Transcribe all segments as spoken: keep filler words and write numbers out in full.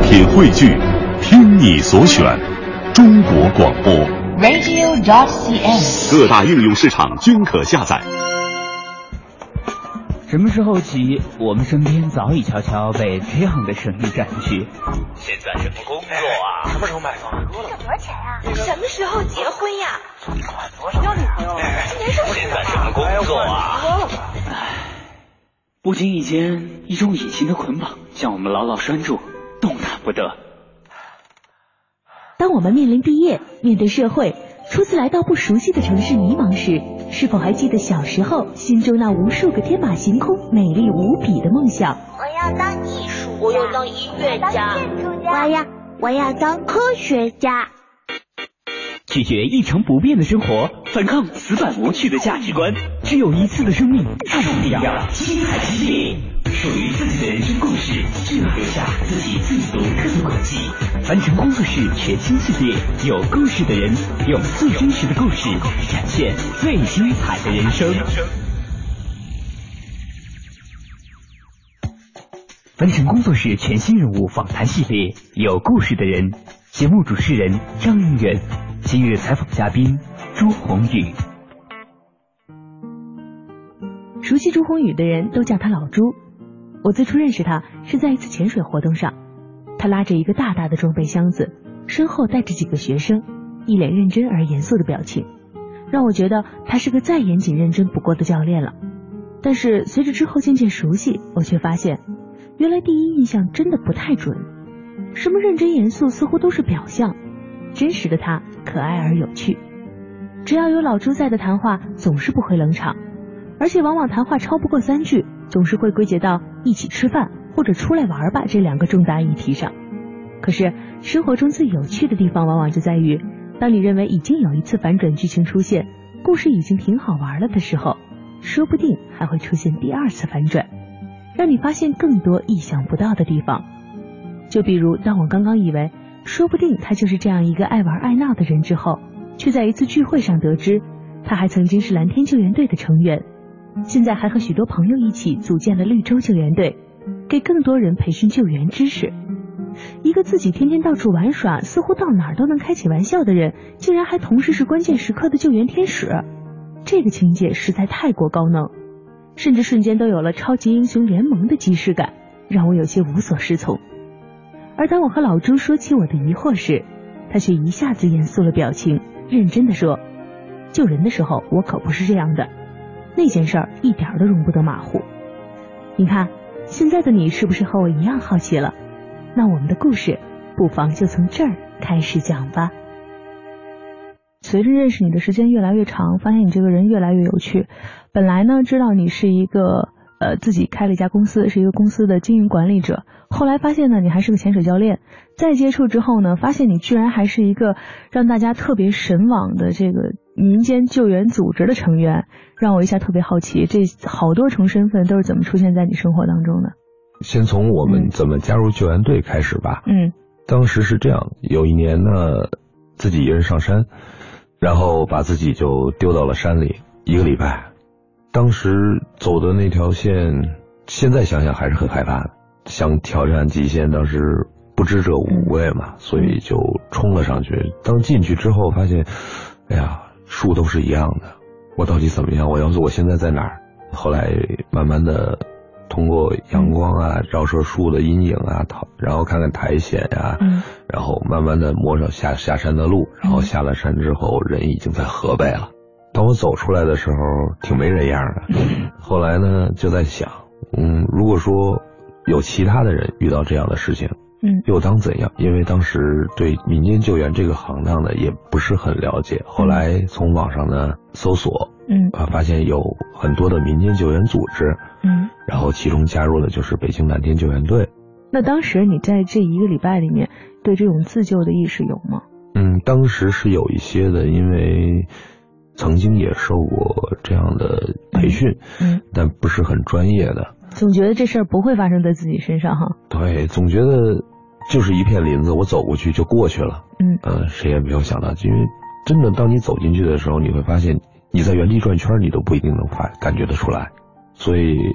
品汇聚，听你所选，中国广播 radio dot c n， 各大应用市场均可下载。 什么时候起，我们身边早已悄悄被这样的声音占据？ 现在什么工作啊？ 什么时候买房？ 挣多少钱啊？什么时候结婚呀？ 要女朋友？ 今年是现在什么工作啊？ 唉，不经意间，一种隐形的捆绑将我们牢牢拴住，动弹不得。 当我们面临毕业，面对社会，初次来到不熟悉的城市迷茫时，是否还记得小时候心中那无数个天马行空、美丽无比的梦想？ 我要当艺术家， 我要当音乐家， 我要我要当科学家。 拒绝一成不变的生活，反抗死板无趣的价值观。只有一次的生命，注定要精彩激烈。属于自己的人生故事，只有留下自己最独特的轨迹。凡尘工作室全新系列，有故事的人，用最真实的故事展现最精彩的人生。凡尘工作室全新人物访谈系列，有故事的人，节目主持人张云远，今日采访嘉宾朱宏宇。 熟悉朱宏宇的人都叫他老朱。我最初认识他是在一次潜水活动上，他拉着一个大大的装备箱子，身后带着几个学生，一脸认真而严肃的表情，让我觉得他是个再严谨认真不过的教练了。但是随着之后渐渐熟悉，我却发现原来第一印象真的不太准，什么认真严肃似乎都是表象，真实的他可爱而有趣。只要有老朱在的谈话总是不会冷场，而且往往谈话超不过三句，总是会归结到一起吃饭或者出来玩吧这两个重大议题上。可是生活中最有趣的地方往往就在于，当你认为已经有一次反转剧情出现，故事已经挺好玩了的时候，说不定还会出现第二次反转，让你发现更多意想不到的地方。就比如当我刚刚以为说不定他就是这样一个爱玩爱闹的人之后，却在一次聚会上得知他还曾经是蓝天救援队的成员，现在还和许多朋友一起组建了绿洲救援队，给更多人培训救援知识。一个自己天天到处玩耍，似乎到哪儿都能开起玩笑的人，竟然还同时是关键时刻的救援天使，这个情节实在太过高能，甚至瞬间都有了超级英雄联盟的即视感，让我有些无所适从。而当我和老朱说起我的疑惑时，他却一下子严肃了表情，认真地说，救人的时候我可不是这样的，那件事儿一点都容不得马虎。你看现在的你是不是和我一样好奇了？那我们的故事不妨就从这儿开始讲吧。随着认识你的时间越来越长，发现你这个人越来越有趣。本来呢知道你是一个呃自己开了一家公司，是一个公司的经营管理者，后来发现呢你还是个潜水教练，再接触之后呢发现你居然还是一个让大家特别神往的这个民间救援组织的成员，让我一下特别好奇，这好多重身份都是怎么出现在你生活当中的？ 先从我们怎么加入救援队开始吧。 嗯， 当时是这样，有一年呢自己一人上山，然后把自己就丢到了山里一个礼拜。当时走的那条线现在想想还是很害怕的，想挑战极限，当时不知者无畏嘛，所以就冲了上去。当进去之后发现，哎呀，树都是一样的，我到底怎么样？我要是我现在在哪儿？后来慢慢的通过阳光啊、照射树的阴影啊，然后看看苔藓啊， 嗯， 然后慢慢的摸着下下山的路，然后下了山之后，人已经在河北了。当我走出来的时候，挺没人样的。后来呢，就在想，嗯，如果说有其他的人遇到这样的事情， 嗯， 又当怎样？因为当时对民间救援这个行当呢也不是很了解，后来从网上呢搜索， 嗯啊，发现有很多的民间救援组织， 嗯， 然后其中加入的就是北京蓝天救援队。 那当时你在这一个礼拜里面对这种自救的意识有吗？ 嗯，当时是有一些的，因为曾经也受过这样的培训， 嗯， 但不是很专业的。 总觉得这事儿不会发生在自己身上哈。 对，总觉得就是一片林子，我走过去就过去了。 嗯， 呃，谁也没有想到，因为真的当你走进去的时候，你会发现你在原地转圈，你都不一定能发感觉得出来。所以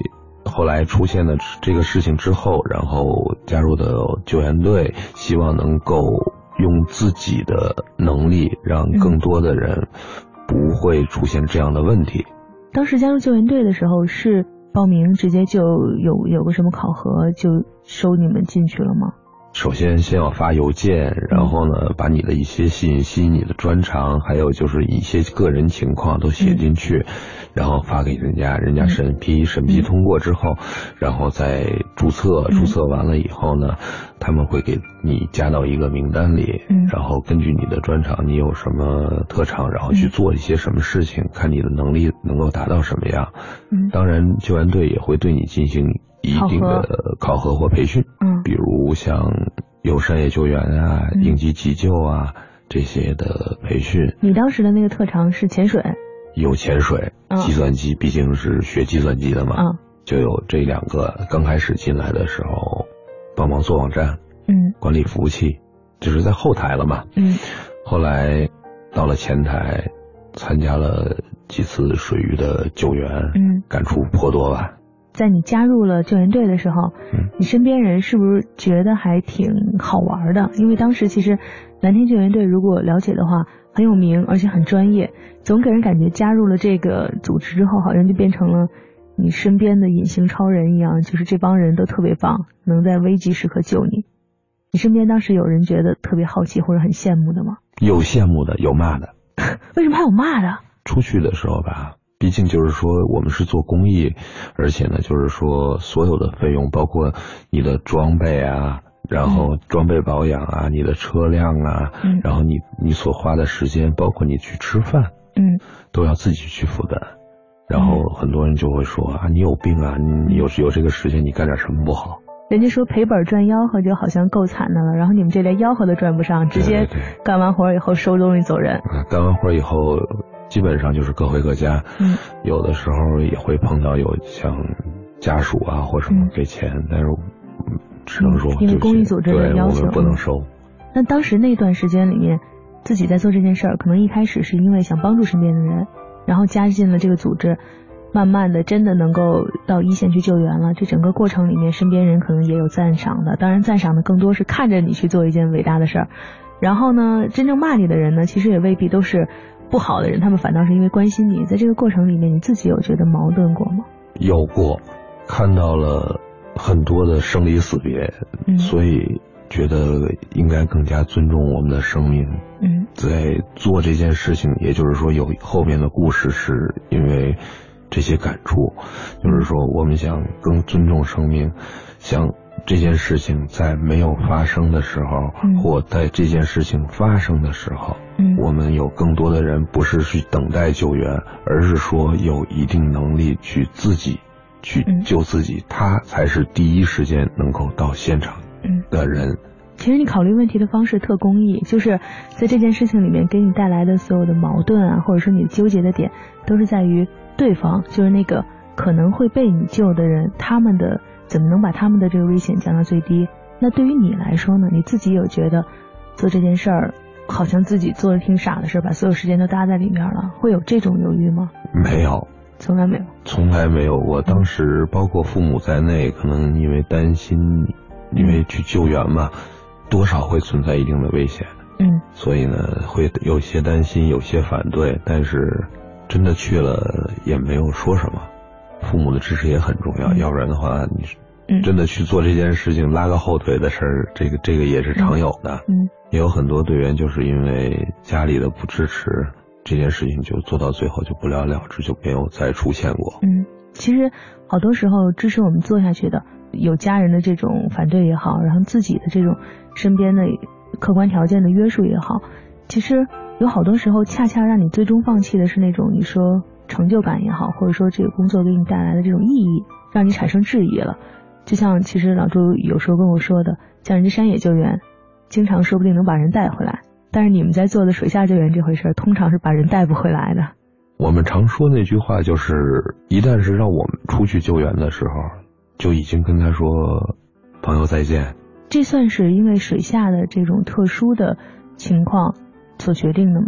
后来出现了这个事情之后，然后加入的救援队，希望能够用自己的能力让更多的人不会出现这样的问题。 当时加入救援队的时候是报名直接就有有个什么考核就收你们进去了吗？ 首先先要发邮件，然后呢把你的一些信息、你的专长还有就是一些个人情况都写进去、嗯、然后发给人家，人家审批、嗯、审批通过之后、嗯、然后再注册、嗯、注册完了以后呢他们会给你加到一个名单里、嗯、然后根据你的专长，你有什么特长，然后去做一些什么事情、嗯、看你的能力能够达到什么样、嗯、当然救援队也会对你进行一定的考核或培训，嗯，比如像有山野救援啊、嗯、应急急救啊这些的培训。 你当时的那个特长是潜水？ 有潜水、嗯、计算机，毕竟是学计算机的嘛，嗯，就有这两个。刚开始进来的时候帮忙做网站，嗯，管理服务器，就是在后台了嘛，嗯，后来到了前台参加了几次水域的救援，嗯，感触颇多吧。 在你加入了救援队的时候、嗯、你身边人是不是觉得还挺好玩的？因为当时其实蓝天救援队如果了解的话很有名而且很专业，总给人感觉加入了这个组织之后好像就变成了你身边的隐形超人一样，就是这帮人都特别棒，能在危急时刻救你。你身边当时有人觉得特别好奇或者很羡慕的吗？ 有羡慕的，有骂的。 为什么还有骂的？ 出去的时候吧，毕竟就是说我们是做公益，而且呢就是说所有的费用包括你的装备啊，然后装备保养啊、嗯、你的车辆啊、嗯、然后你你所花的时间包括你去吃饭嗯，都要自己去负担。然后很多人就会说啊，你有病啊，你有有这个时间你干点什么不好？ 人家说赔本赚吆喝就好像够惨的了，然后你们这连吆喝都赚不上，直接干完活以后收东西走人。 对对对，干完活以后基本上就是各回各家，嗯，有的时候也会碰到有像家属啊或什么给钱、嗯、但是只能说、 嗯、因为公益组织的要求对我们不能收。 那当时那段时间里面自己在做这件事儿，可能一开始是因为想帮助身边的人，然后加进了这个组织，慢慢的真的能够到一线去救援了，这整个过程里面身边人可能也有赞赏的，当然赞赏的更多是看着你去做一件伟大的事儿。然后呢真正骂你的人呢其实也未必都是不好的人，他们反倒是因为关心你。在这个过程里面你自己有觉得矛盾过吗？ 有过，看到了很多的生离死别、嗯、所以觉得应该更加尊重我们的生命。嗯，在做这件事情，也就是说有后面的故事，是因为这些感触，就是说我们想更尊重生命，像这件事情在没有发生的时候、嗯、或在这件事情发生的时候、嗯、我们有更多的人不是去等待救援，而是说有一定能力去自己去救自己、嗯、他才是第一时间能够到现场的人、嗯。 其实你考虑问题的方式特公益，就是在这件事情里面给你带来的所有的矛盾啊，或者说你纠结的点都是在于对方，就是那个可能会被你救的人，他们的怎么能把他们的这个危险降到最低。那对于你来说呢，你自己有觉得做这件事儿好像自己做的挺傻的事，把所有时间都搭在里面了，会有这种犹豫吗？ 没有， 从来没有， 从来没有。我当时包括父母在内，可能因为担心，因为去救援嘛，多少会存在一定的危险，嗯，所以呢会有些担心，有些反对，但是真的去了也没有说什么。父母的支持也很重要、嗯、要不然的话你真的去做这件事情拉个后腿的事儿，这个这个也是常有的。嗯，也有很多队员就是因为家里的不支持，这件事情就做到最后就不了了之，就没有再出现过。 嗯，其实好多时候支持我们做下去的，有家人的这种反对也好，然后自己的这种身边的客观条件的约束也好，其实有好多时候恰恰让你最终放弃的是那种你说成就感也好，或者说这个工作给你带来的这种意义，让你产生质疑了。就像其实老朱有时候跟我说的，像人家山野救援经常说不定能把人带回来，但是你们在做的水下救援这回事通常是把人带不回来的。 我们常说那句话就是，一旦是让我们出去救援的时候，就已经跟他说朋友再见。这算是因为水下的这种特殊的情况所决定的吗？ 不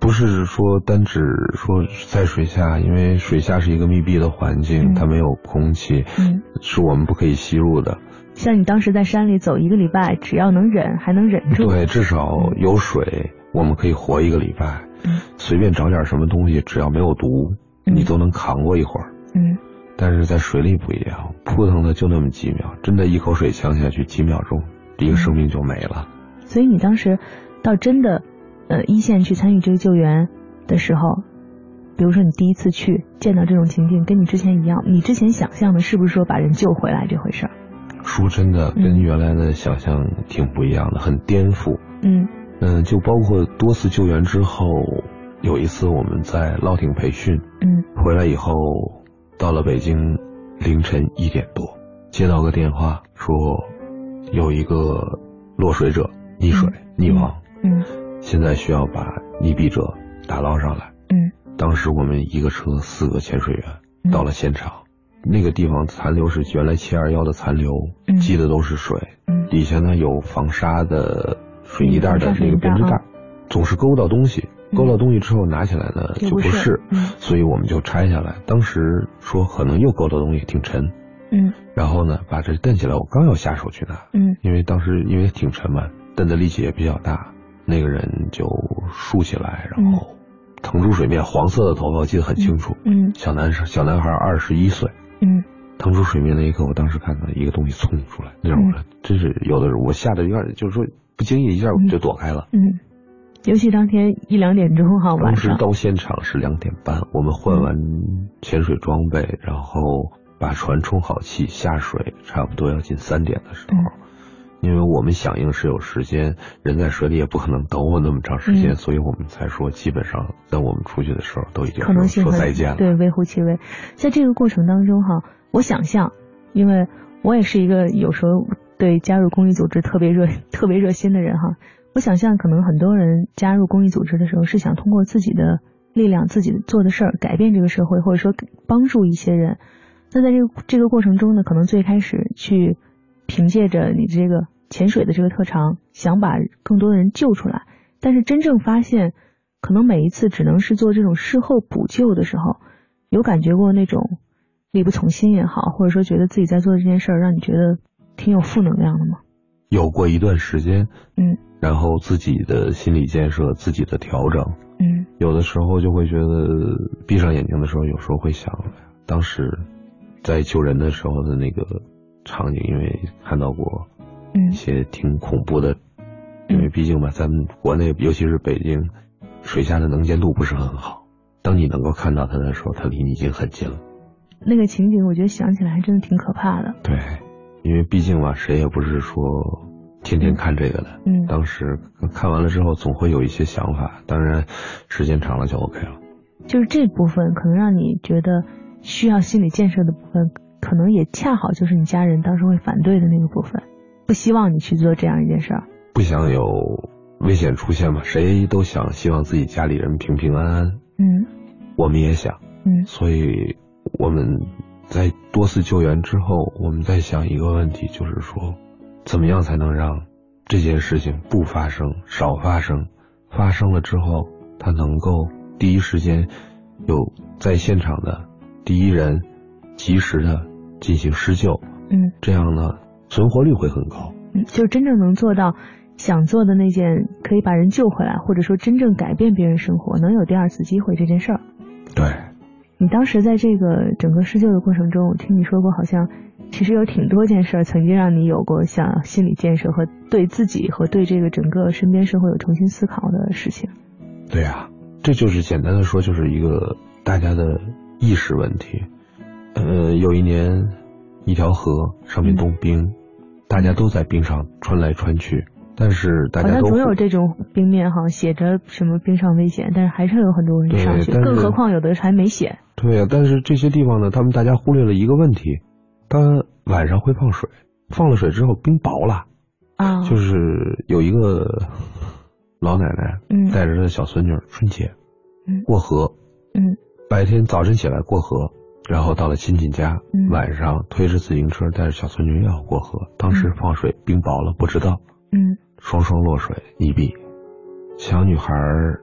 不是说单指说在水下，因为水下是一个密闭的环境， 嗯、 它没有空气， 嗯， 是我们不可以吸入的。 像你当时在山里走一个礼拜，只要能忍，还能忍住。 对，至少有水，我们可以活一个礼拜。 嗯， 随便找点什么东西，只要没有毒， 嗯、 你都能扛过一会儿。 嗯， 但是在水里不一样，扑腾的就那么几秒，真的一口水呛下去，几秒钟，一个生命就没了。 所以你当时到真的呃一线去参与这个救援的时候，比如说你第一次去见到这种情境，跟你之前一样，你之前想象的是不是说把人救回来这回事儿？ 说真的，跟原来的想象挺不一样的，很颠覆。嗯嗯，就包括多次救援之后，有一次我们在捞艇培训，嗯，回来以后到了北京凌晨一点多，接到个电话说有一个落水者溺水、嗯、溺亡，嗯，现在需要把溺毙者打捞上来。嗯，当时我们一个车四个潜水员、嗯、到了现场，那个地方残留是原来七二一的残留，嗯，积的都是水，嗯，底下呢有防沙的水泥袋的那个编织袋，总是勾到东西，勾到东西之后拿起来呢、嗯、就不是、嗯、所以我们就拆下来。当时说可能又勾到东西挺沉，嗯，然后呢把这蹬起来，我刚要下手去拿，嗯，因为当时因为挺沉嘛，蹬的力气也比较大，那个人就竖起来，然后腾出水面，黄色的头发我记得很清楚，嗯，小男生小男孩二十一岁，嗯，腾出水面那一刻，我当时看到一个东西冲出来，那种人、嗯、真是有的时候我吓得有点，就是说不经意一下就躲开了，嗯，嗯尤其当天一两点钟哈，晚上当时到现场是两点半，我们换完潜水装备，嗯、然后把船充好气下水，差不多要近三点的时候。嗯因为我们响应是有时间，人在水里也不可能等我那么长时间、嗯、所以我们才说基本上等我们出去的时候都已经说再见了，对，微乎其微。在这个过程当中哈，我想象，因为我也是一个有时候对加入公益组织特别热特别热心的人哈，我想象可能很多人加入公益组织的时候是想通过自己的力量自己做的事儿改变这个社会，或者说帮助一些人。那在这个这个过程中呢，可能最开始去凭借着你这个潜水的这个特长，想把更多的人救出来，但是真正发现可能每一次只能是做这种事后补救的时候，有感觉过那种力不从心也好，或者说觉得自己在做的这件事儿让你觉得挺有负能量的吗？有过一段时间，嗯，然后自己的心理建设，自己的调整，嗯，有的时候就会觉得闭上眼睛的时候，有时候会想当时在救人的时候的那个场景，因为看到过一些挺恐怖的、嗯、因为毕竟吧咱们国内尤其是北京水下的能见度不是很好，当你能够看到它的时候，它离你已经很近了。那个情景我觉得想起来还真的挺可怕的。对，因为毕竟吧谁也不是说天天看这个的，嗯，当时看完了之后总会有一些想法，当然时间长了就 OK 了。就是这部分可能让你觉得需要心理建设的部分，可能也恰好就是你家人当时会反对的那个部分，不希望你去做这样一件事儿，不想有危险出现嘛，谁都想希望自己家里人平平安安，嗯，我们也想，嗯，所以我们在多次救援之后，我们在想一个问题，就是说怎么样才能让这件事情不发生，少发生，发生了之后它能够第一时间有在现场的第一人及时的进行施救，嗯，这样呢存活率会很高，嗯，就真正能做到想做的那件可以把人救回来，或者说真正改变别人生活，能有第二次机会这件事儿。对，你当时在这个整个施救的过程中，我听你说过好像其实有挺多件事曾经让你有过像心理建设和对自己和对这个整个身边社会有重新思考的事情。对啊，这就是简单的说就是一个大家的意识问题。呃，有一年一条河上面冻冰、嗯、大家都在冰上穿来穿去，但是大家都好像总有这种冰面哈，写着什么冰上危险，但是还是有很多人上去，更何况有的还没写。对啊，但是这些地方呢，他们大家忽略了一个问题，他晚上会放水，放了水之后冰薄了啊，就是有一个老奶奶嗯带着她的小孙女春节嗯过河，嗯白天早晨起来过河，然后到了亲戚家、嗯、晚上推着自行车带着小孙女要过河，当时放水、嗯、冰薄了不知道，嗯，双双落水溺毙。小女孩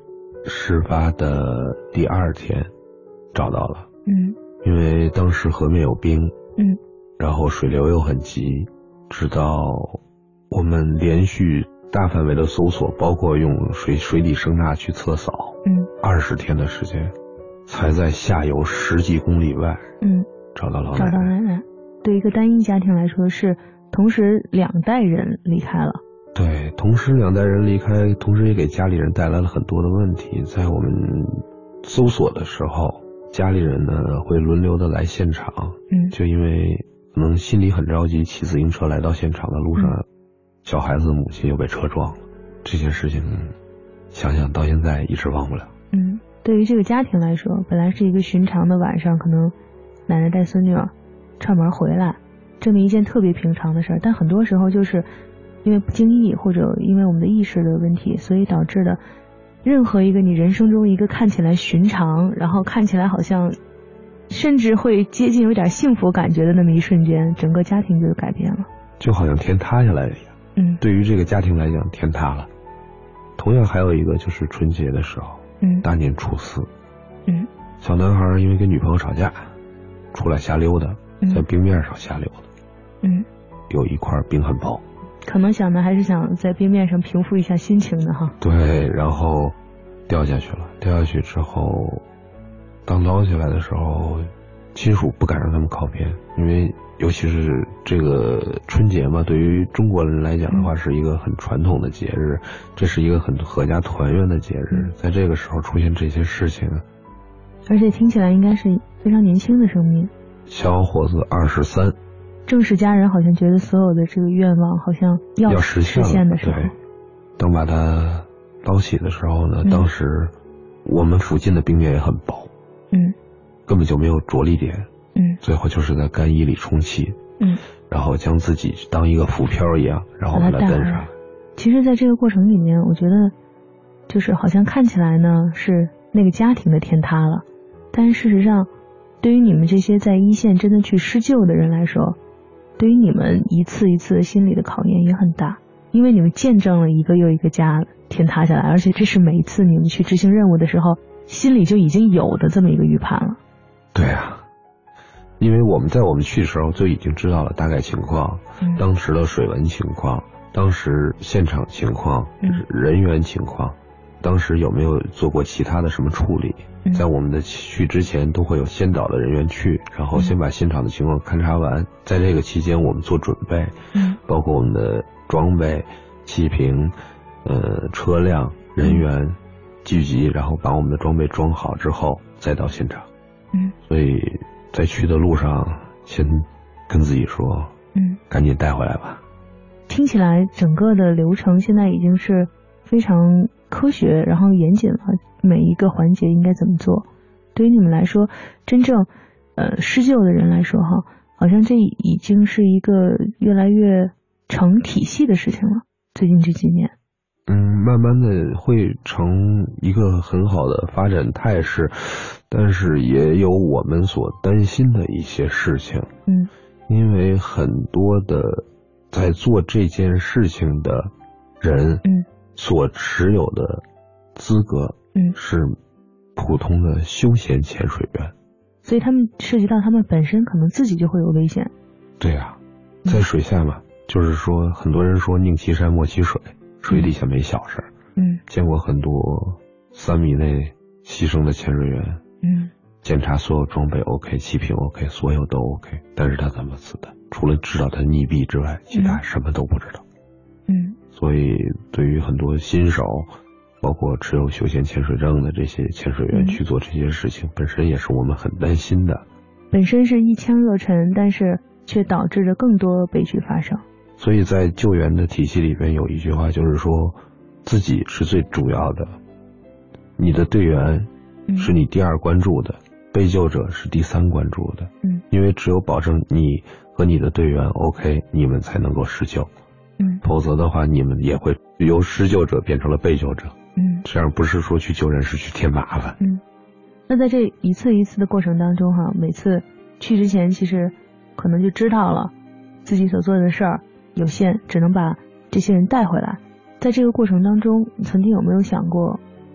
事发的第二天找到了。 嗯， 因为当时河面有冰。 嗯， 然后水流又很急，直到我们连续大范围的搜索，包括用水水底声呐去测扫， 嗯， 二十天的时间，才在下游十几公里外， 嗯， 找到老奶奶。 找到奶奶，对一个单一家庭来说是同时两代人离开了。 对，同时两代人离开，同时也给家里人带来了很多的问题。在我们搜索的时候，家里人呢会轮流的来现场， 嗯， 就因为可能心里很着急，骑自行车来到现场的路上，嗯、小孩子的母亲又被车撞了，这些事情想想到现在一直忘不了。 嗯，对于这个家庭来说，本来是一个寻常的晚上，可能奶奶带孙女儿串门回来，这么一件特别平常的事儿，但很多时候就是因为不经意或者因为我们的意识的问题，所以导致的任何一个你人生中一个看起来寻常，然后看起来好像甚至会接近有点幸福感觉的那么一瞬间，整个家庭就改变了， 就好像天塌下来一样。 嗯， 对于这个家庭来讲，天塌了。同样还有一个就是春节的时候， 嗯， 大年初四， 嗯， 小男孩因为跟女朋友吵架，出来瞎溜达，在冰面上瞎溜达， 嗯， 有一块冰很薄， 可能想的还是想在冰面上平复一下心情的哈。 对，然后掉下去了，掉下去之后，当捞起来的时候，亲属不敢让他们靠边，因为尤其是这个春节嘛，对于中国人来讲的话，是一个很传统的节日，这是一个很合家团圆的节日，在这个时候出现这些事情， 而且听起来应该是非常年轻的生命， 小伙子二十三， 正是家人好像觉得所有的这个愿望好像要要实现现的时候， 对，等把它捞起的时候呢， 嗯、 当时我们附近的冰面也很薄， 嗯， 根本就没有着力点， 嗯， 最后就是在干衣里充气， 嗯， 然后将自己当一个浮漂一样，然后把它登上。 其实在这个过程里面，我觉得就是好像看起来呢是那个家庭的天塌了，但是事实上对于你们这些在一线真的去施救的人来说，对于你们一次一次的心理的考验也很大，因为你们见证了一个又一个家天塌下来，而且这是每一次你们去执行任务的时候心里就已经有的这么一个预判了。 对啊，因为我们在我们去的时候就已经知道了大概情况， 嗯、 当时的水文情况，当时现场情况， 嗯、 人员情况，当时有没有做过其他的什么处理， 嗯、 在我们的去之前都会有先导的人员去，然后先把现场的情况勘察完，在这个期间我们做准备， 嗯、 包括我们的装备、气瓶、呃车辆、人员聚集，然后把我们的装备装好之后再到现场。 嗯， 所以在去的路上先跟自己说， 嗯， 赶紧带回来吧。 听起来整个的流程现在已经是非常科学然后严谨了，每一个环节应该怎么做。对于你们来说，真正呃施救的人来说哈，好像这已经是一个越来越成体系的事情了，最近这几年。 嗯，慢慢的会成一个很好的发展态势，但是也有我们所担心的一些事情。 嗯， 因为很多的在做这件事情的人， 嗯， 所持有的资格， 嗯， 是普通的休闲潜水员， 所以他们涉及到他们本身可能自己就会有危险。 对啊，在水下嘛，嗯、就是说很多人说宁其山莫其水。水底下没小事， 嗯， 见过很多三米内牺牲的潜水员， 嗯， 检查所有装备 OK， 气瓶 OK， 所有都 OK， 但是他怎么死的？除了知道他溺毙之外，其他什么都不知道。 嗯， 所以对于很多新手，包括持有休闲潜水证的这些潜水员去做这些事情，嗯、本身也是我们很担心的。 本身是一腔热忱，但是却导致着更多悲剧发生。 所以在救援的体系里边有一句话，就是说自己是最主要的，你的队员是你第二关注的，嗯、被救者是第三关注的。 嗯， 因为只有保证你和你的队员 OK， 你们才能够施救。 嗯， 否则的话，你们也会由施救者变成了被救者。 嗯， 这样不是说去救人，是去添麻烦。 嗯，那在这一次一次的过程当中哈，每次去之前其实可能就知道了自己所做的事儿有限，只能把这些人带回来。在这个过程当中，曾经有没有想过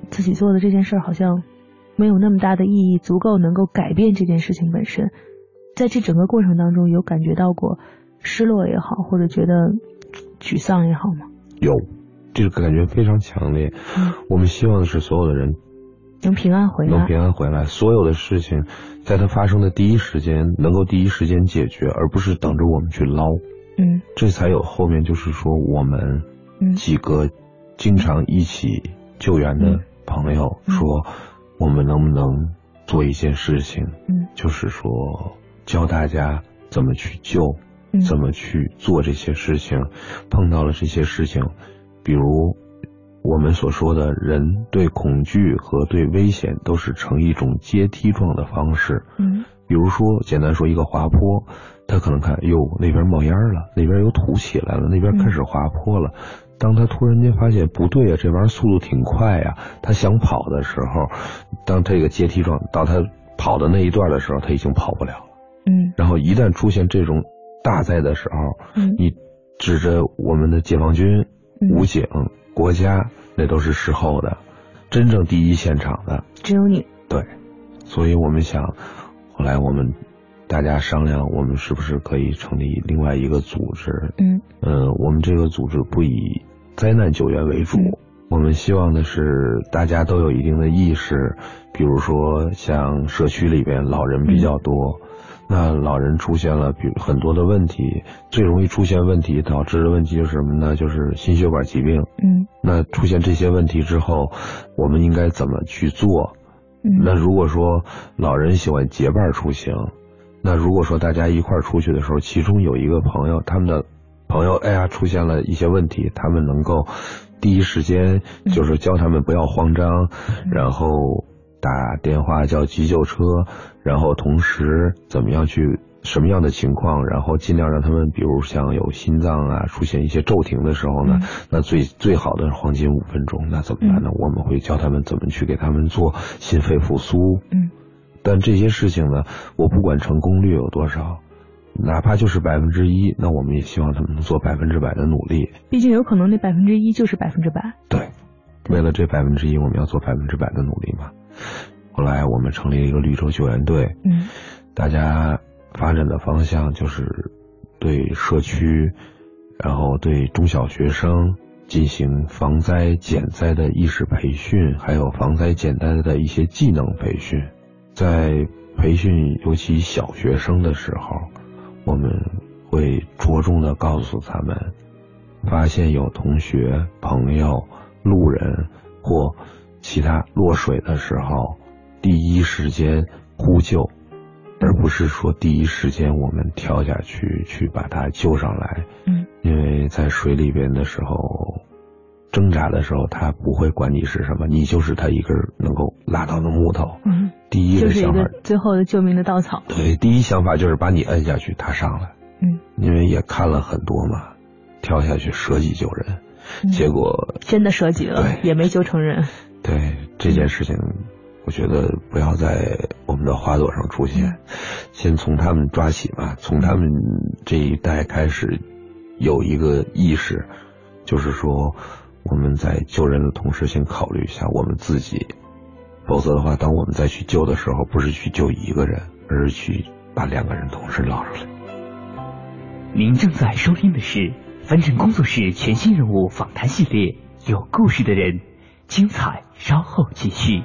自己做的这件事好像没有那么大的意义，足够能够改变这件事情本身。在这整个过程当中，有感觉到过失落也好，或者觉得沮丧也好吗？ 有，这个感觉非常强烈。嗯，我们希望的是所有的人能平安回来， 能平安回来，所有的事情在它发生的第一时间能够第一时间解决，而不是等着我们去捞。 嗯， 这才有后面就是说我们几个经常一起救援的朋友说，我们能不能做一件事情，嗯，就是说教大家怎么去救，嗯，怎么去做这些事情，碰到了这些事情，比如我们所说的人对恐惧和对危险都是呈一种阶梯状的方式，嗯，比如说简单说一个滑坡，他可能看哟那边冒烟了，那边有土起来了，那边开始滑坡了，嗯，当他突然间发现不对啊，这玩意儿速度挺快啊，他想跑的时候，当这个阶梯状到他跑的那一段的时候，他已经跑不了了，嗯，然后一旦出现这种大灾的时候，嗯，你指着我们的解放军、嗯、武警、国家，那都是事后的，真正第一现场的只有你。 对，所以我们想，后来我们大家商量，我们是不是可以成立另外一个组织？嗯，呃，我们这个组织不以灾难救援为主，嗯，我们希望的是大家都有一定的意识，比如说像社区里边老人比较多。嗯，那老人出现了比如很多的问题，最容易出现问题导致的问题就是什么呢？就是心血管疾病。嗯，那出现这些问题之后，我们应该怎么去做？嗯，那如果说老人喜欢结伴出行，那如果说大家一块儿出去的时候，其中有一个朋友，他们的朋友哎呀出现了一些问题，他们能够第一时间就是教他们不要慌张，嗯，然后打电话叫急救车，然后同时怎么样去什么样的情况，然后尽量让他们比如像有心脏啊出现一些骤停的时候呢，嗯，那最最好的黄金五分钟，那怎么办呢？嗯，我们会教他们怎么去给他们做心肺复苏。嗯，但这些事情呢，我不管成功率有多少，哪怕就是百分之一，那我们也希望他们能做百分之百的努力。 毕竟有可能那百分之一就是百分之百。 对，为了这百分之一，我们要做百分之百的努力嘛。后来我们成立了一个绿洲救援队，嗯，大家发展的方向就是对社区，然后对中小学生进行防灾减灾的意识培训，还有防灾减灾的一些技能培训。在培训尤其小学生的时候，我们会着重的告诉他们，发现有同学、朋友、路人或其他落水的时候，第一时间呼救，而不是说第一时间我们跳下去去把他救上来。嗯，因为在水里边的时候挣扎的时候，他不会管你是什么，你就是他一根能够拉到的木头。嗯，第一个想法就是一个最后的救命的稻草。 对，第一想法就是把你摁下去，他上来。嗯，因为也看了很多嘛，跳下去舍己救人，嗯，结果真的舍己了，也没救成人。 对，这件事情我觉得不要在我们的花朵上出现，嗯，先从他们抓起嘛，从他们这一代开始有一个意识，就是说我们在救人的同时先考虑一下我们自己，否则的话当我们再去救的时候，不是去救一个人，而是去把两个人同时捞上来。 您正在收听的是凡尘工作室全新人物访谈系列，有故事的人，精彩稍后继续。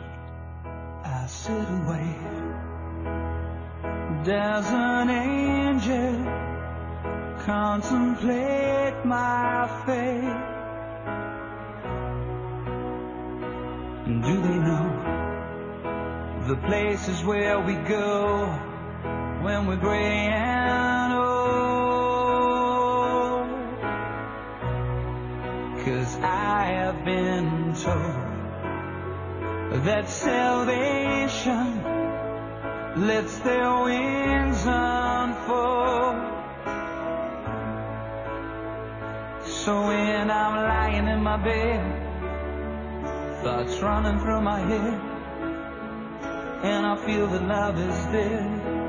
I sit and wait. Does an angel contemplate my fate? Do they know the places where we go when we're gray and old? 'Cause I have been told that salvation lets their wings unfold. So when I'm lying in my bed, thoughts running through my head, and I feel that love is dead,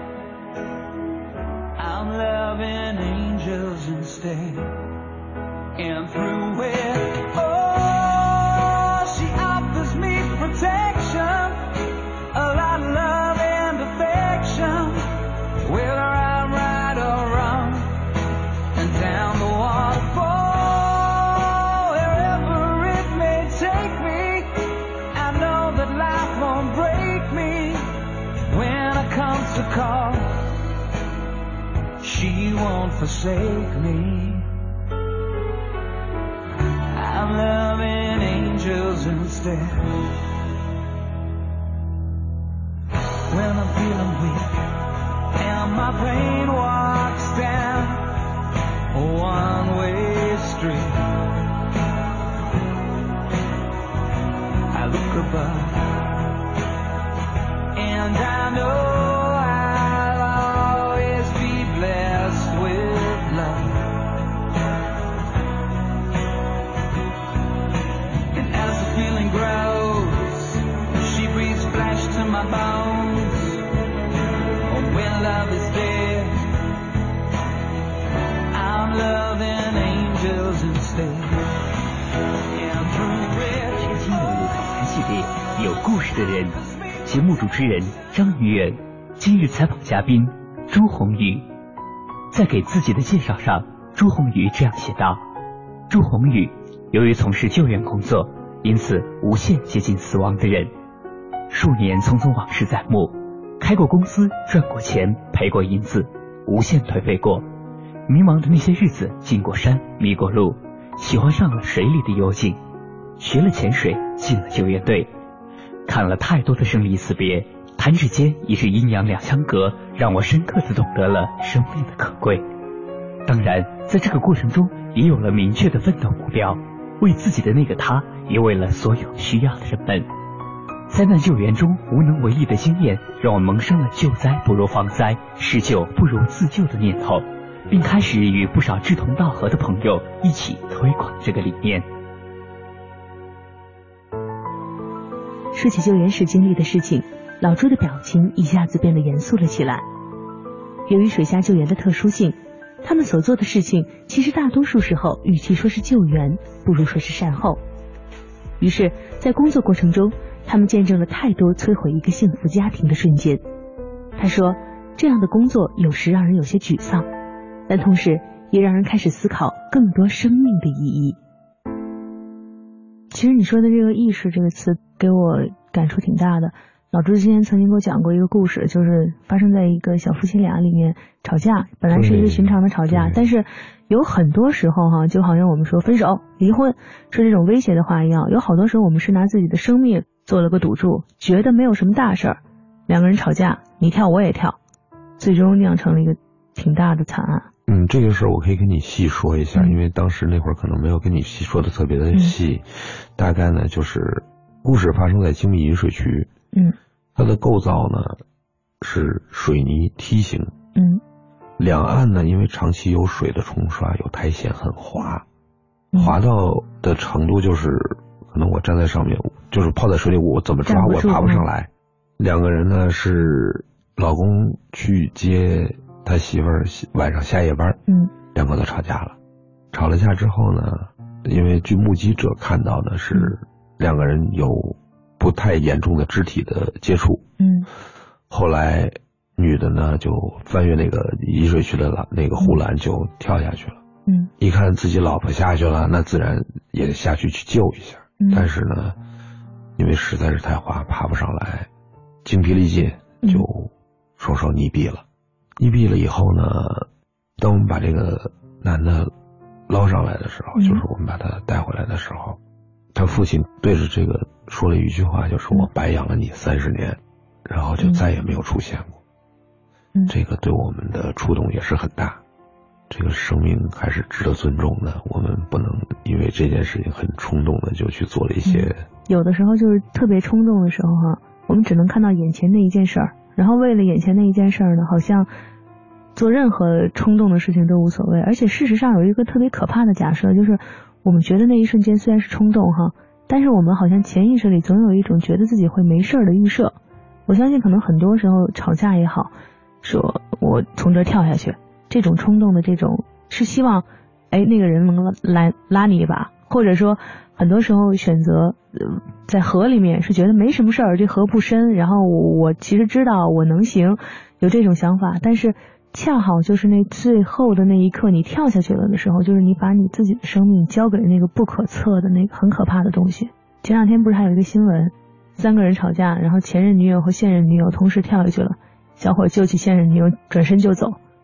I'm loving angels instead. And through it, oh, she offers me protection forsake me. I'm loving angels instead. When I'm feeling weak and my pain walks down a one-way street, I look above and I know I'll always be blessed with love. And as the feeling grows, she breathes flesh to my bones. Oh, when love is dead, I'm loving angels instead. And through red 全新的有彩彩系列，有故事的人。节目主持人张于远，今日采访嘉宾朱红宇。在给自己的介绍上，朱红宇这样写道：朱红宇由于从事救援工作，因此无限接近死亡的人。数年匆匆往事在目，开过公司，赚过钱，赔过银子，无限颓废过。迷茫的那些日子，进过山，迷过路，喜欢上了水里的幽静，学了潜水，进了救援队。看了太多的生离死别，弹指间已是阴阳两相隔，让我深刻地懂得了生命的可贵。当然，在这个过程中也有了明确的奋斗目标，为自己的那个他，也为了所有需要的人们。灾难救援中无能为力的经验，让我萌生了救灾不如防灾，施救不如自救的念头，并开始与不少志同道合的朋友一起推广这个理念。 说起救援时经历的事情，老朱的表情一下子变得严肃了起来。由于水下救援的特殊性，他们所做的事情其实大多数时候与其说是救援，不如说是善后。于是在工作过程中，他们见证了太多摧毁一个幸福家庭的瞬间。他说，这样的工作有时让人有些沮丧，但同时也让人开始思考更多生命的意义。其实你说的这个意识这个词给我感触挺大的。老朱之前曾经给我讲过一个故事，就是发生在一个小夫妻俩里面吵架，本来是一个寻常的吵架，但是有很多时候哈，就好像我们说分手、离婚，说这种威胁的话一样，有好多时候我们是拿自己的生命做了个赌注，觉得没有什么大事儿，两个人吵架，你跳我也跳，最终酿成了一个挺大的惨案。 嗯，这个事儿我可以跟你细说一下，嗯、因为当时那会儿可能没有跟你细说的特别的细。嗯、大概呢，就是故事发生在精密引水区。 嗯， 它的构造呢是水泥梯形。 嗯， 两岸呢因为长期有水的冲刷，有苔藓，很滑，嗯、滑到的程度就是可能我站在上面，就是泡在水里，我怎么抓我爬不上来。两个人呢是老公去接他媳妇儿晚上下夜班， 嗯， 两个都吵架了。吵了架之后呢，因为据目击者看到的是、嗯、两个人有不太严重的肢体的接触， 嗯， 后来女的呢就翻越那个引水区的那个护栏就跳下去了， 嗯， 一看自己老婆下去了，那自然也得下去去救一下， 嗯、 但是呢，因为实在是太滑，爬不上来，精疲力尽，就双手溺毙了。溺毙了以后呢，当我们把这个男的捞上来的时候，嗯、就是我们把他带回来的时候，他父亲对着这个说了一句话，就是我白养了你三十年，然后就再也没有出现过。 嗯、 这个对我们的触动也是很大。这个生命还是值得尊重的，我们不能因为这件事情很冲动的就去做了一些。 嗯、有的时候就是特别冲动的时候哈，我们只能看到眼前那一件事儿。然后为了眼前那一件事儿呢，好像做任何冲动的事情都无所谓。而且事实上有一个特别可怕的假设，就是我们觉得那一瞬间虽然是冲动哈，但是我们好像潜意识里总有一种觉得自己会没事的预设。我相信可能很多时候吵架也好，说我从这跳下去，这种冲动的这种是希望哎那个人能来拉你一把，或者说很多时候选择、呃、在河里面是觉得没什么事儿，这河不深，然后我我其实知道我能行，有这种想法，但是恰好就是那最后的那一刻你跳下去了的时候，就是你把你自己的生命交给那个不可测的那个很可怕的东西。前两天不是还有一个新闻，三个人吵架，然后前任女友和现任女友同时跳下去了，小伙救起现任女友转身就走，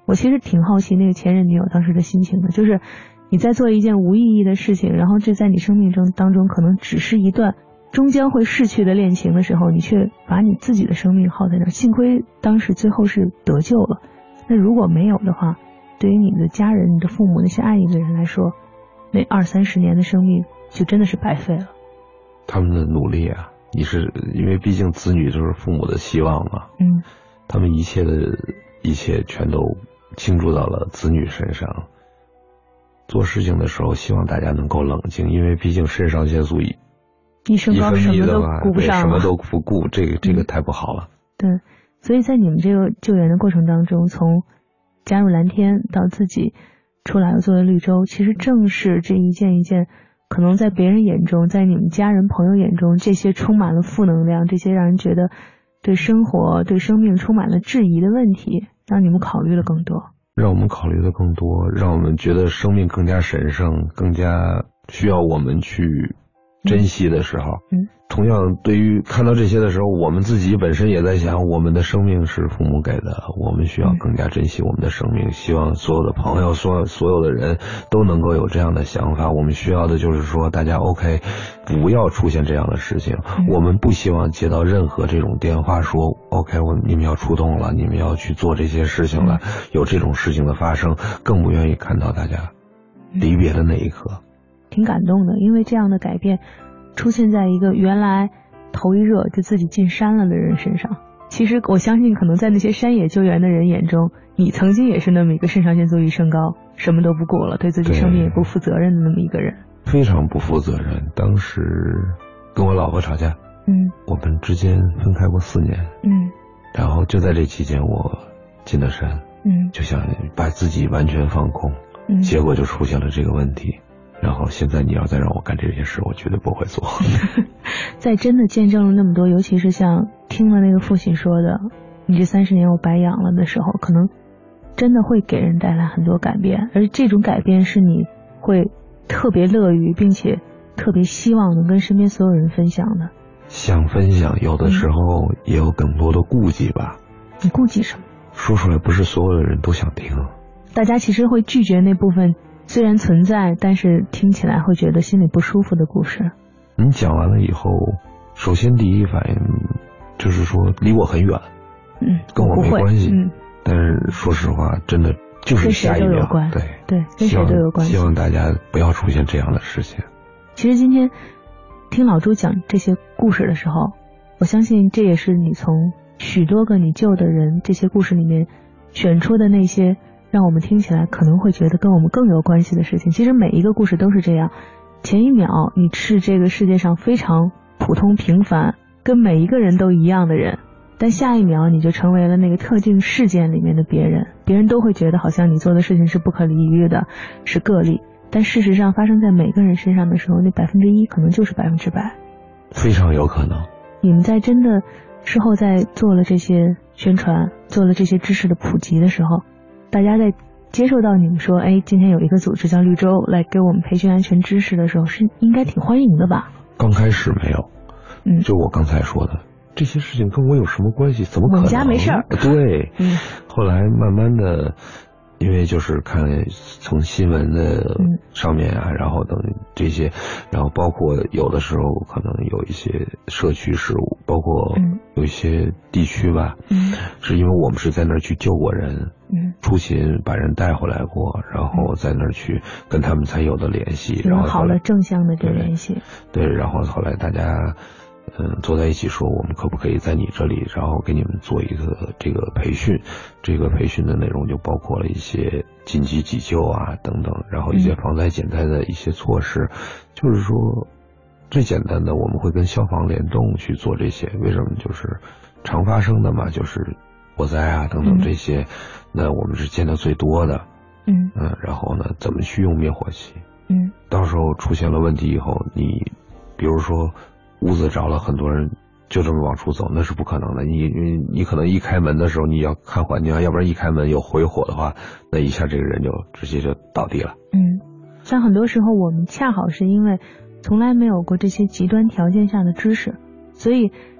我其实挺好奇那个前任女友当时的心情的，就是你在做一件无意义的事情，然后这在你生命中当中可能只是一段终将会逝去的恋情的时候，你却把你自己的生命耗在那儿。幸亏当时最后是得救了，那如果没有的话，对于你的家人、你的父母那些爱你的人来说，那二三十年的生命就真的是白费了。 他们的努力啊，你是因为毕竟子女就是父母的希望嘛， 嗯， 他们一切的一切全都倾注到了子女身上。做事情的时候，希望大家能够冷静，因为毕竟肾上腺素一一升高什么都顾不上了， 什么都不顾，这个这个太不好了。 对，所以在你们这个救援的过程当中，从加入蓝天到自己出来又做了绿洲，其实正是这一件一件可能在别人眼中，在你们家人朋友眼中，这些充满了负能量，这些让人觉得对生活对生命充满了质疑的问题，让你们考虑了更多， 让我们考虑的更多，让我们觉得生命更加神圣，更加需要我们去珍惜的时候， 嗯， 同样对于看到这些的时候，我们自己本身也在想，我们的生命是父母给的，我们需要更加珍惜我们的生命。希望所有的朋友，所所有的人都能够有这样的想法。我们需要的就是说，大家 OK， 不要出现这样的事情。 嗯、 我们不希望接到任何这种电话说 OK， 我你们要出动了，你们要去做这些事情了，嗯、有这种事情的发生，更不愿意看到大家离别的那一刻。 嗯挺感动的，因为这样的改变出现在一个原来头一热就自己进山了的人身上。其实我相信可能在那些山野救援的人眼中，你曾经也是那么一个肾上腺素一升高什么都不顾了，对自己生命也不负责任的那么一个人。 非常不负责任。当时跟我老婆吵架， 嗯， 我们之间分开过四年， 嗯， 然后就在这期间我进了山， 嗯， 就想把自己完全放空， 嗯， 结果就出现了这个问题。然后现在你要再让我干这些事，我绝对不会做。 在真的见证了那么多，尤其是像听了那个父亲说的你这三十年我白养了的时候，可能真的会给人带来很多改变，而这种改变是你会特别乐于并且特别希望能跟身边所有人分享的。 想分享，有的时候也有更多的顾忌吧。 你顾忌什么？ 说出来不是所有的人都想听。 大家其实会拒绝那部分虽然存在，但是听起来会觉得心里不舒服的故事。 你讲完了以后，首先第一反应就是说离我很远， 嗯， 跟我没关系， 嗯， 但是说实话，真的就是下一秒，对对，跟谁都有关系。 希望大家不要出现这样的事情。 其实今天听老朱讲这些故事的时候，我相信这也是你从许多个你救的人这些故事里面选出的那些让我们听起来可能会觉得跟我们更有关系的事情。其实每一个故事都是这样，前一秒你是这个世界上非常普通平凡跟每一个人都一样的人，但下一秒你就成为了那个特定事件里面的别人，别人都会觉得好像你做的事情是不可理喻的，是个例，但事实上发生在每个人身上的时候，那百分之一可能就是百分之百， 非常有可能。 你们在真的事后在做了这些宣传，做了这些知识的普及的时候，大家在接受到你们说，哎，今天有一个组织叫绿洲来给我们培训安全知识的时候，是应该挺欢迎的吧？ 刚开始没有， 嗯， 就我刚才说的，这些事情跟我有什么关系？怎么可能？ 我们家没事儿。 对， 嗯， 后来慢慢的，因为就是看从新闻的上面啊，嗯、然后等这些，然后包括有的时候可能有一些社区事务，包括有一些地区吧， 嗯， 是因为我们是在那儿去救过人， 嗯， 出勤把人带回来过，然后在那儿去跟他们才有的联系， 嗯、 然后好了正向的这联系， 对，对，然后后来大家。嗯，坐在一起说，我们可不可以在你这里，然后给你们做一个这个培训？这个培训的内容就包括了一些紧急急救啊等等，然后一些防灾减灾的一些措施。嗯、就是说，最简单的，我们会跟消防联动去做这些。为什么？就是常发生的嘛，就是火灾啊等等这些，嗯、那我们是见的最多的。 嗯嗯，然后呢，怎么去用灭火器？ 嗯， 到时候出现了问题以后，你比如说。屋子着了，很多人就这么往出走，那是不可能的。你你你可能一开门的时候，你要看环境，要不然一开门有回火的话，那一下这个人就直接就倒地了。 嗯，像很多时候我们恰好是因为从来没有过这些极端条件下的知识，所以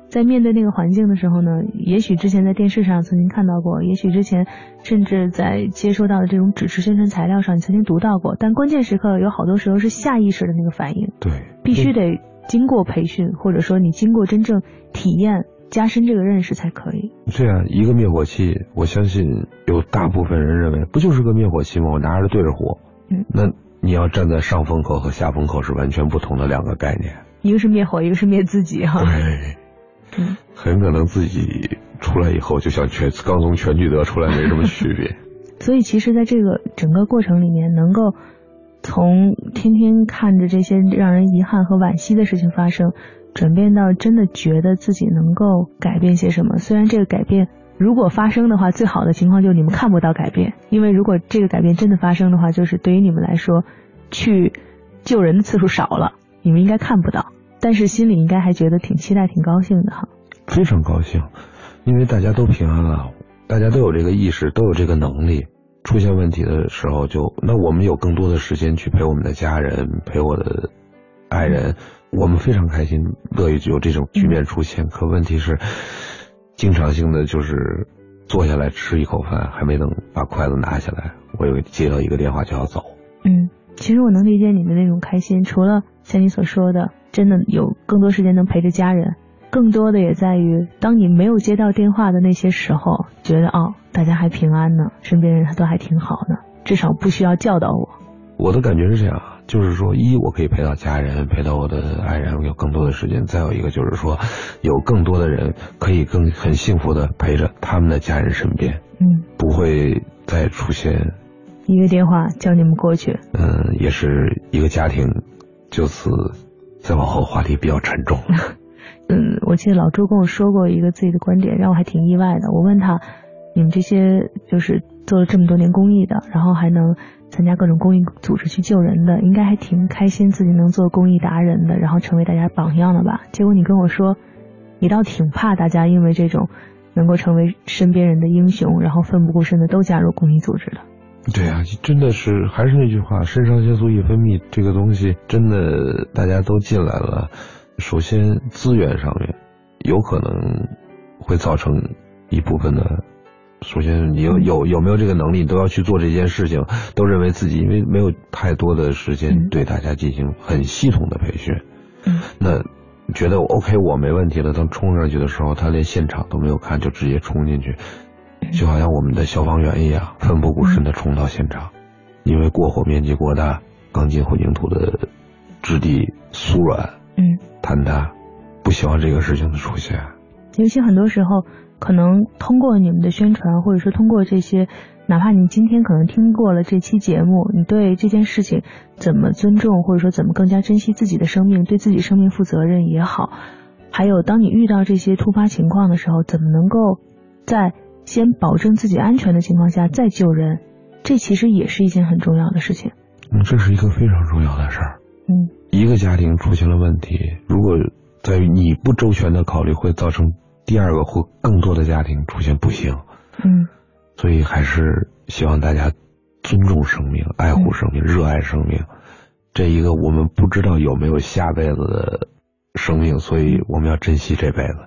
在面对那个环境的时候呢，也许之前在电视上曾经看到过，也许之前甚至在接收到的这种纸质宣传材料上你曾经读到过，但关键时刻有好多时候是下意识的那个反应。 对， 必须得经过培训，或者说你经过真正体验加深这个认识才可以。 这样一个灭火器，我相信有大部分人认为不就是个灭火器吗？我拿着对着火。 嗯， 那你要站在上风口和下风口是完全不同的两个概念。 一个是灭火，一个是灭自己哈。 对， 嗯， 很可能自己出来以后就像全刚从全聚德出来没什么区别。 所以其实在这个整个过程里面，能够从天天看着这些让人遗憾和惋惜的事情发生，转变到真的觉得自己能够改变些什么。虽然这个改变如果发生的话，最好的情况就是你们看不到改变，因为如果这个改变真的发生的话，就是对于你们来说去救人的次数少了，你们应该看不到，但是心里应该还觉得挺期待挺高兴的哈。 非常高兴，因为大家都平安了，大家都有这个意识，都有这个能力，出现问题的时候就那我们有更多的时间去陪我们的家人，陪我的爱人，我们非常开心，乐于有这种局面出现。可问题是经常性的就是坐下来吃一口饭还没等把筷子拿下来，我又接到一个电话就要走。 嗯，其实我能理解你的那种开心，除了像你所说的真的有更多时间能陪着家人，更多的也在于当你没有接到电话的那些时候，觉得哦大家还平安呢，身边人都还挺好呢，至少不需要教导我。 我的感觉是这样，就是说一我可以陪到家人，陪到我的爱人，有更多的时间，再有一个就是说有更多的人可以更很幸福的陪着他们的家人身边。 嗯， 不会再出现一个电话叫你们过去。 嗯，也是一个家庭就此再往后话题比较沉重。 嗯，我记得老朱跟我说过一个自己的观点，让我还挺意外的。我问他，你们这些就是做了这么多年公益的，然后还能参加各种公益组织去救人的，应该还挺开心自己能做公益达人的，然后成为大家榜样的吧。结果你跟我说，你倒挺怕大家因为这种能够成为身边人的英雄，然后奋不顾身的都加入公益组织的。 对啊，真的是还是那句话，肾上腺素一分泌这个东西真的大家都进来了，首先资源上面有可能会造成一部分的，首先你有有有没有这个能力都要去做这件事情，都认为自己因为没有太多的时间对大家进行很系统的培训。 嗯， 那觉得 OK 我没问题了，当冲上去的时候他连现场都没有看就直接冲进去，就好像我们的消防员一样奋不顾身的冲到现场。因为过火面积过大，钢筋混凝土的质地酥软嗯坍塌，不希望这个事情的出现。 尤其很多时候可能通过你们的宣传，或者说通过这些，哪怕你今天可能听过了这期节目，你对这件事情怎么尊重，或者说怎么更加珍惜自己的生命，对自己生命负责任也好，还有当你遇到这些突发情况的时候，怎么能够在先保证自己安全的情况下再救人，这其实也是一件很重要的事情。 嗯，这是一个非常重要的事儿。 嗯， 一个家庭出现了问题，如果在于你不周全的考虑，会造成第二个或更多的家庭出现不幸。 嗯， 所以还是希望大家尊重生命，爱护生命，热爱生命。这一个我们不知道有没有下辈子的生命，所以我们要珍惜这辈子。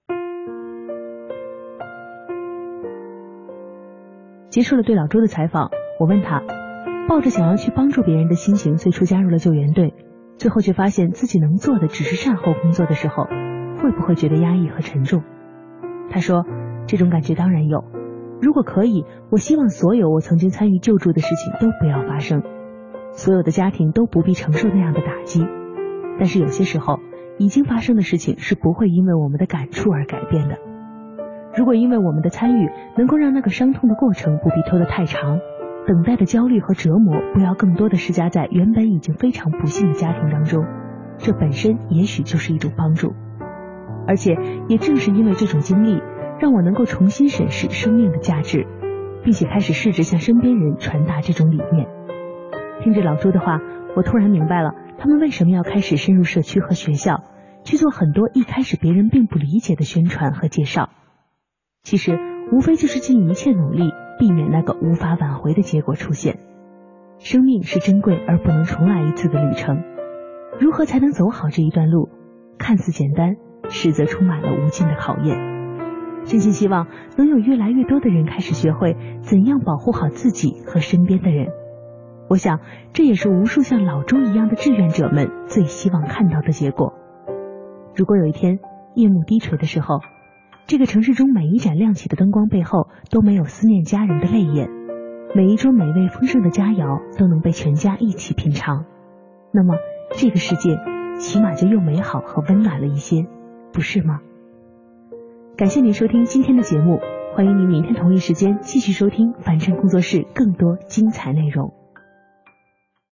结束了对老朱的采访，我问他，抱着想要去帮助别人的心情最初加入了救援队，最后却发现自己能做的只是善后工作的时候，会不会觉得压抑和沉重？他说，这种感觉当然有，如果可以，我希望所有我曾经参与救助的事情都不要发生，所有的家庭都不必承受那样的打击。但是有些时候，已经发生的事情是不会因为我们的感触而改变的。如果因为我们的参与能够让那个伤痛的过程不必拖得太长，等待的焦虑和折磨不要更多的施加在原本已经非常不幸的家庭当中，这本身也许就是一种帮助。而且也正是因为这种经历，让我能够重新审视生命的价值，并且开始试着向身边人传达这种理念。听着老朱的话，我突然明白了他们为什么要开始深入社区和学校，去做很多一开始别人并不理解的宣传和介绍。其实无非就是尽一切努力避免那个无法挽回的结果出现。生命是珍贵而不能重来一次的旅程，如何才能走好这一段路？看似简单， 实则充满了无尽的考验。真心希望能有越来越多的人开始学会怎样保护好自己和身边的人。我想这也是无数像老朱一样的志愿者们最希望看到的结果。如果有一天夜幕低垂的时候，这个城市中每一盏亮起的灯光背后都没有思念家人的泪眼，每一桌美味丰盛的佳肴都能被全家一起品尝，那么这个世界起码就又美好和温暖了一些，不是吗？感谢您收听今天的节目，欢迎您明天同一时间继续收听凡尘工作室更多精彩内容。